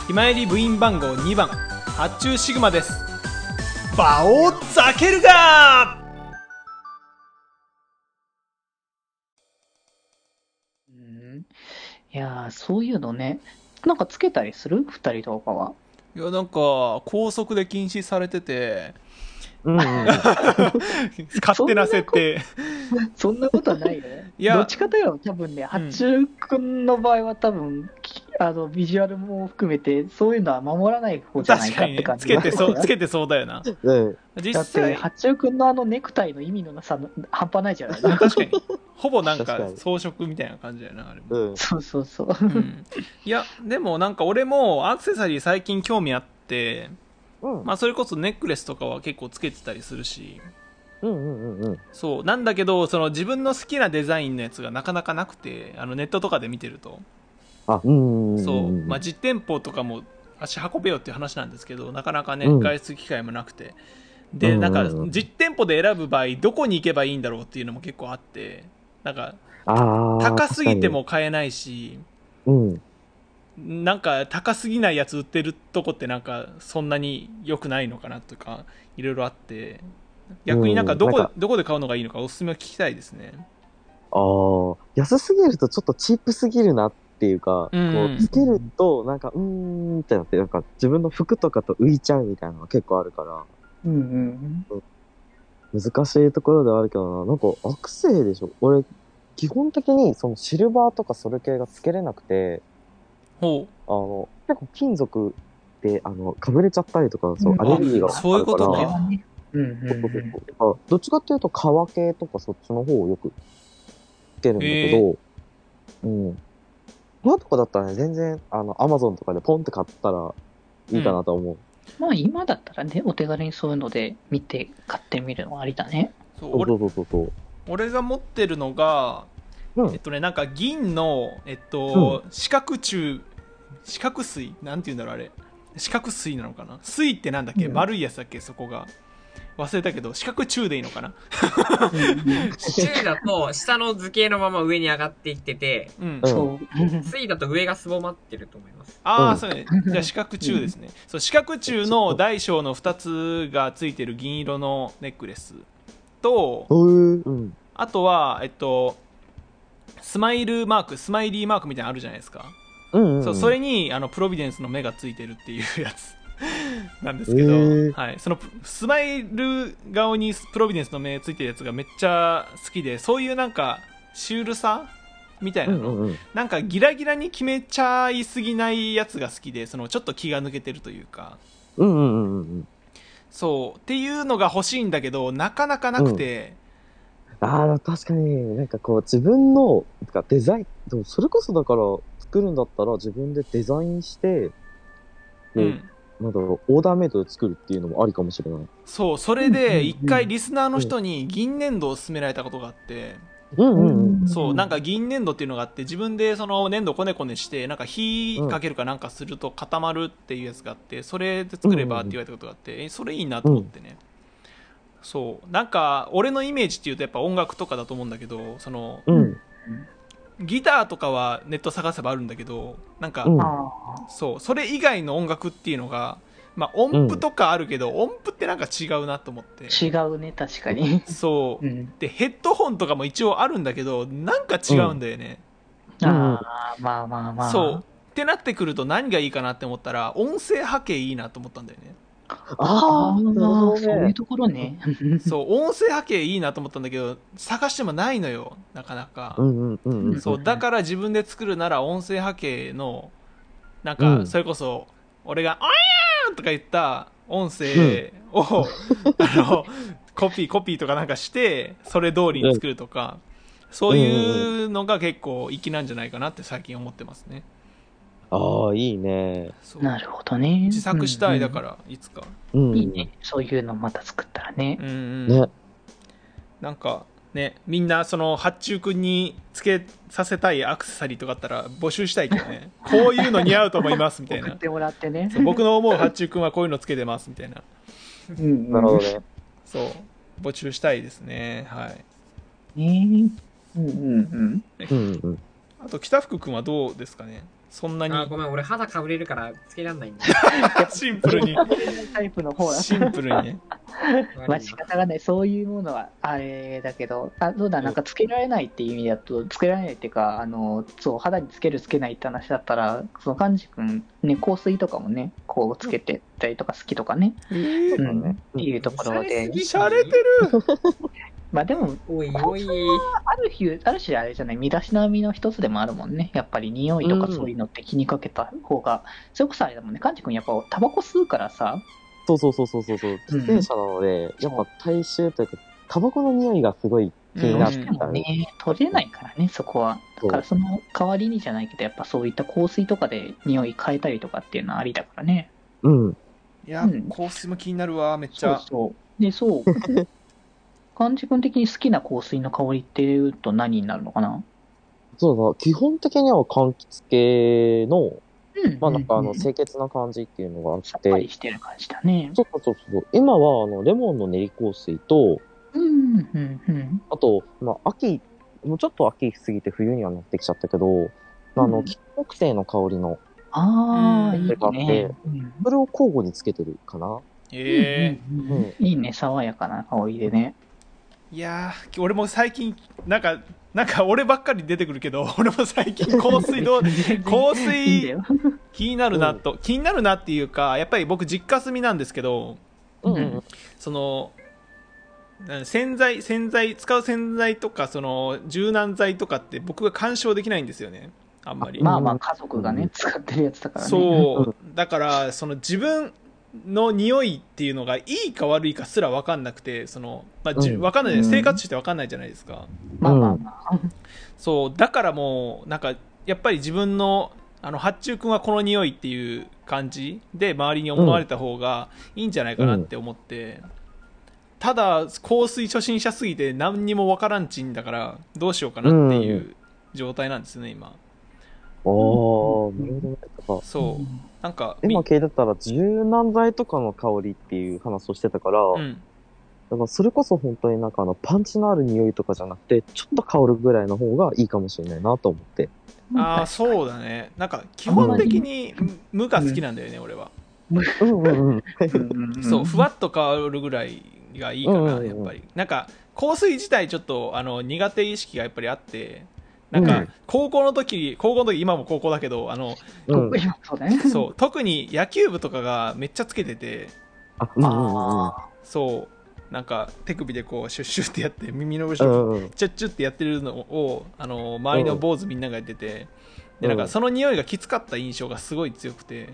今入り部員番号2番発注シグマです。場をざけるがいやー、そういうのね、なんかつけたりする二人とかは。 いやなんか高速で禁止されててうんうんうん。 勝手な設定そんなことはないよね。 いやどっちかというと多分ね、八中くんの場合は多分、ビジュアルも含めて、そういうのは守らない方じゃないかって確かにね感じがするつけてそうだよな。 うん実だって、 際八中くんのネクタイの意味のなさ、半端ないじゃない確かにほぼなんか確かに装飾みたいな感じだよなあれも、 うん。 そうそうそう。 うんいやでもなんか俺もアクセサリー最近興味あって、 うんまあそれこそネックレスとかは結構つけてたりするし、 うんうんうん。 そうなんだけどその自分の好きなデザインのやつがなかなかなくて、ネットとかで見てると、 あ、うんうんうん。 そう、まあ、実店舗とかも足運べよっていう話なんですけど、なかなかね、 うん外出機会もなくて、でなんか実店舗で選ぶ場合どこに行けばいいんだろうっていうのも結構あって、なんか高すぎても買えないし、 うん。 なんか高すぎないやつ売ってるとこってなんかそんなに良くないのかなとかいろいろあって、逆になんかどこで買うのがいいのかおすすめを聞きたいですね。 ああ、安すぎるとちょっとチープすぎるなっていうか、 うんこう、つけると、なんか、ってなって、なんか自分の服とかと浮いちゃうみたいなのが結構あるから、 うんうん。 難しいところではあるけどな、なんかアクセでしょ俺、基本的にそのシルバーとかそれ系がつけれなくて、 ほ結構金属で、かぶれちゃったりとか、そう、 うんアレルギーがあるから、 そういうことかこれはね。うんうんそうそうそうどっちかっていうと革系とかそっちの方をよくつけるんだけど、うん。革とかだったらね、全然、アマゾンとかでポンって買ったらいいかなと思う。 まあ今だったらね、お手軽にそういうので見て買ってみるのはありだね。 そうそうそうそうそう。 俺が持ってるのが、 うん。 なんか銀の、四角錐なんて言うんだろうあれ、四角錐なのかな、錐ってなんだっけ、 うん丸いやつだっけ、そこが忘れたけど四角柱でいいのかな。 中だと下の図形のまま上に上がっていってて、 うん、 そう。 水だと上がすぼまってると思います。 ああ、 うんそうね。じゃあ四角柱ですね。そう、四角柱の大小の2つがついてる銀色のネックレスと、 うん。 あとはスマイリーマークみたいなのあるじゃないですか。 うん。 そう、それにプロビデンスの目がついてるっていうやつなんですけど、はい、そのスマイル顔にプロビデンスの目ついてるやつがめっちゃ好きで、そういうなんかシュールさみたいなの、 うん。 なんかギラギラに決めちゃいすぎないやつが好きで、そのちょっと気が抜けてるというか、 うん。 そうっていうのが欲しいんだけどなかなかなくて、 ああ、確かに、なんかこう、自分の、デザイン、でもそれこそだから、作るんだったら自分でデザインして、 うんなんだろう、オーダーメイドで作るっていうのもありかもしれない。 そう、それで一回リスナーの人に銀粘土を勧められたことがあって、そうなんか銀粘土っていうのがあって、自分でその粘土をこねこねしてなんか火かけるかなんかすると固まるっていうやつがあって、それで作ればって言われたことがあって、それいいなと思ってね、そうなんか俺のイメージっていうとやっぱ音楽とかだと思うんだけど、そのギターとかはネット探せばあるんだけど、なんか、そうそれ以外の音楽っていうのが、まあ音符とかあるけど、音符ってなんか違うなと思って。 違うね、確かに。 そう、でヘッドホンとかも一応あるんだけどなんか違うんだよね、 ああ、まあまあまあ。 そうってなってくると何がいいかなって思ったら音声波形いいなと思ったんだよね。 ああ、そういうところね。 そう音声波形いいなと思ったんだけど探してもないのよなかなか。そうだから自分で作るなら音声波形のなんかそれこそ俺が「おやー!」とか言った音声を、コピーとかなんかしてそれ通りに作るとか、そういうのが結構粋なんじゃないかなって最近思ってますね。 ああ、いいね。 なるほどね。 自作したい、だからいつか。 いいね。そういうのまた作ったらね。 ね。 なんかね、みんなその八中くんにつけさせたいアクセサリーとかあったら募集したいけどね。こういうの似合うと思いますみたいな。 送ってもらってね。 僕の思う八中くんはこういうのつけてますみたいな。 なるほどね。 そう募集したいですね。はい。 あと北福くんはどうですかね。 そんなに。 あ、ごめん、俺肌かぶれるからつけらんないんだ。 シンプルに。 タイプの方だ。 シンプルにね。 まあ仕方がない。そういうものはあれだけど、どうだ、なんかつけられないっていう意味だと、つけられないっていうか、そう、肌につけるつけないって話だったら、その幹事君、ね、香水とかもね、こうつけてたりとか好きとかね、っていうところで。 しゃれてる。 まあでも、 おいおい。 ある種あれじゃない、身だしなみの一つでもあるもんね。やっぱり匂いとかそういうのって気にかけた方が、それこそあれだもんね、幹事君やっぱタバコ吸うからさ。 そう。喫煙者なので、やっぱ体臭というか、タバコの匂いがすごい気になってたね。取れないからね、そこは。だからその代わりにじゃないけど、やっぱそういった香水とかで匂い変えたりとかっていうのはありだからね。 いや、香水も気になるわ、めっちゃ。 そう。で、そう。幹事君的に好きな香水の香りっていうと何になるのかな？ そうだ、基本的には柑橘系の、まあなんか清潔な感じっていうのがあって。 さっぱりしてる感じだね。 そう。今はレモンの練り香水と、あと、まあ秋、もうちょっと秋過ぎて冬にはなってきちゃったけど、金木犀の香りの、 いいね。 それを交互につけてるかな。 いいね、爽やかな香りでね。 いやー、俺も最近、なんか俺ばっかり出てくるけど、俺も最近香水気になるなっていうか、やっぱり僕実家住みなんですけど、その、洗剤、使う洗剤とか、その、柔軟剤とかって僕が干渉できないんですよね。あんまり。 まあ家族がね、使ってるやつだからね。 そう。だから、その自分の匂いっていうのがいいか悪いかすら分かんなくて、その、まあ、分かんない、生活して分かんないじゃないですか。そう。だからもう、なんか、やっぱり自分の、八中くんはこの匂いっていう感じで周りに思われた方がいいんじゃないかなって思って、ただ香水初心者すぎて何にもわからんちんだからどうしようかなっていう状態なんですね今。 なるほどね。 そうなんか今聞いてたら柔軟剤とかの香りっていう話をしてたから、だからそれこそ本当になんかパンチのある匂いとかじゃなくてちょっと香るぐらいの方がいいかもしれないなと思って。 ああ、そうだね。なんか基本的に無が好きなんだよね、俺は。そう、ふわっと香るぐらいがいいかな、やっぱり。なんか香水自体ちょっと苦手意識がやっぱりあって、なんか高校の時今も高校だけどそう特に野球部とかがめっちゃつけてて、そうなんか手首でこうシュッシュってやって耳の後ろチュッチュってやってるのを周りの坊主みんながやってて、でなんかその匂いがきつかった印象がすごい強くて、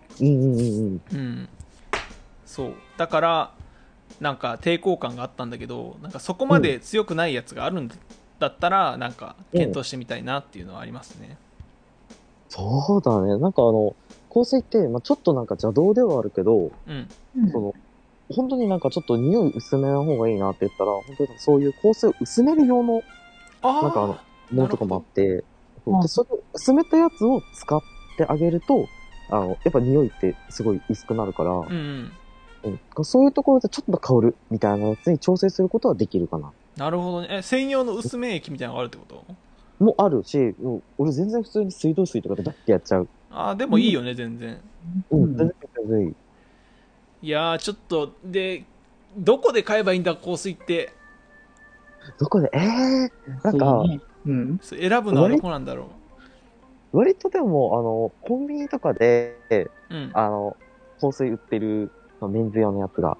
そうだからなんか抵抗感があったんだけど、なんかそこまで強くないやつがあるんだったらなんか検討してみたいなっていうのはありますね。 そうだね。なんか香水って、まあ、ちょっとなんか邪道ではあるけど、その本当になんかちょっと匂い薄めの方がいいなって言ったら、本当にそういう香水を薄める用のなんかものとかもあって、でそれ薄めたやつを使ってあげるとやっぱ匂いってすごい薄くなるから、そういうところでちょっと香るみたいなやつに調整することはできるかな。 なるほどね。専用の薄め液みたいなのがあるってこと？ もあるし、俺全然普通に水道水とかでだってやっちゃう。 でもいいよね、全然。 全然いい。 いやー、ちょっと、で、どこで買えばいいんだ、香水って。 どこでなんか、 選ぶのはどこなんだろう。割とでも、コンビニとかで、香水売ってるメンズ用のやつがあって、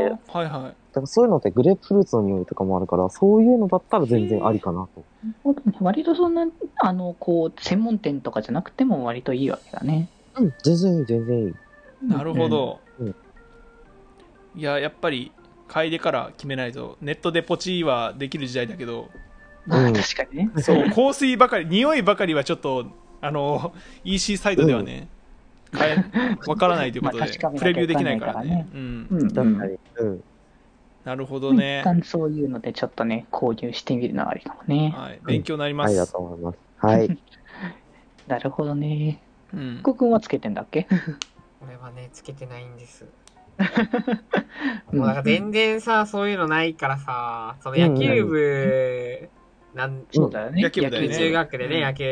だからそういうのってグレープフルーツの匂いとかもあるから、そういうのだったら全然ありかなと。 割とそんな、専門店とかじゃなくても割といいわけだね。 全然いい。 なるほど。いや、やっぱり、嗅いでから決めないと、ネットでポチはできる時代だけど、 確かにね。 そう、香水ばかり、匂いばかりはちょっと、EC サイトではね、わからないということで、プレビューできないからね。なるほどね。 一旦そういうのでちょっとね、購入してみるのはありかもね。 はい、勉強になります。 ありがとうございます。はい。 なるほどね。コくんはつけてんだっけ？ 俺はね、つけてないんです。もうなんか全然さ、そういうのないからさ、その野球部、 そうだよね。 野球中学でね、野球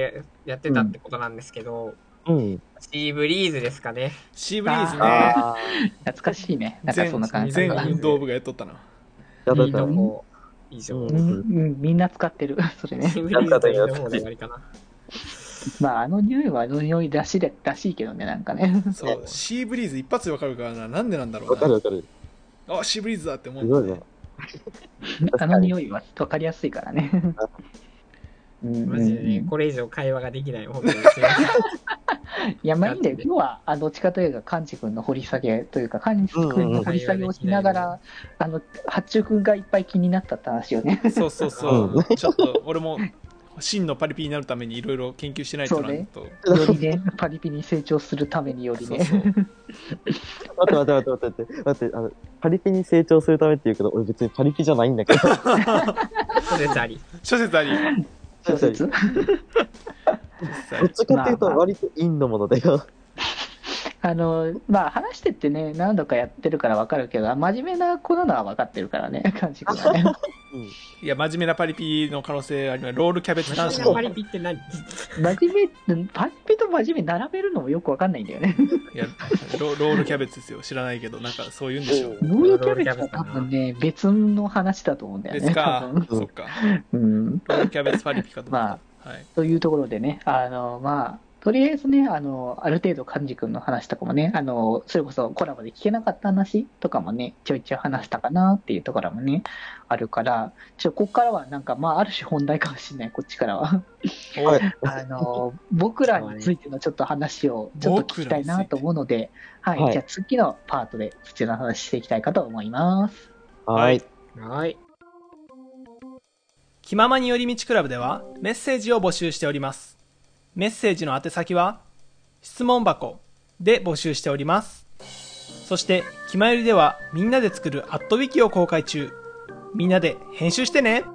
やってたってことなんですけど、 うん。 シーブリーズですかね。 シーブリーズね。 あ懐かしいね。なんかそんな感じ全だった。 運動部がやっとったな。 あ。 いいの方以上。 みんな使ってる。それね。 シーブリーズといいの方で終わりかな。 まあ、あの匂いはあの匂いらしいけどね、なんかね。 そう、シーブリーズ一発でわかるからな。なんでなんだろうな。 わかるわかる。 あ、シーブリーズだって思すごいって、 ね。 あの匂いはわかりやすいからね。 マジでね、これ以上会話ができない。本当に。 いや、まあいいんだよ。今日は、どっちかというと、カンジ君の掘り下げというか、カンジ君の掘り下げをしながら、八中君がいっぱい気になったって話をね。 そうそうそう。ちょっと、俺も、真のパリピになるためにいろいろ研究しないとなと。 よりね、パリピに成長するためによりね。 待って、パリピに成長するためって言うけど、俺別にパリピじゃないんだけど。 諸説あり。 諸説どっちかっていうと、割と陰のものだよ。 まあ、話してってね、何度かやってるから分かるけど、真面目な子なのは分かってるからね、感じがね。 いや、真面目なパリピの可能性あります。ロールキャベツ男子の。パリピって何？ パリピと真面目並べるのもよく分かんないんだよね。 いや、ロールキャベツですよ。知らないけど、なんかそういうんでしょう。 ロールキャベツは多分ね、別の話だと思うんだよね。 別か。そっか。ロールキャベツパリピかと思った。 まあ、というところでね、まあ、とりあえずね、ある程度、カンジ君の話とかもね、それこそコラボで聞けなかった話とかもね、ちょいちょい話したかなっていうところもね、あるから、ここからはなんか、まあ、ある種本題かもしれない、こっちからは。僕らについてのちょっと話をちょっと聞きたいなと思うので、はい、じゃあ次のパートでそちらの話していきたいかと思います。 はい。 はい。 気ままに寄り道クラブではメッセージを募集しております。メッセージの宛先は質問箱で募集しております。そして気まよりではみんなで作る@wikiを公開中。みんなで編集してね。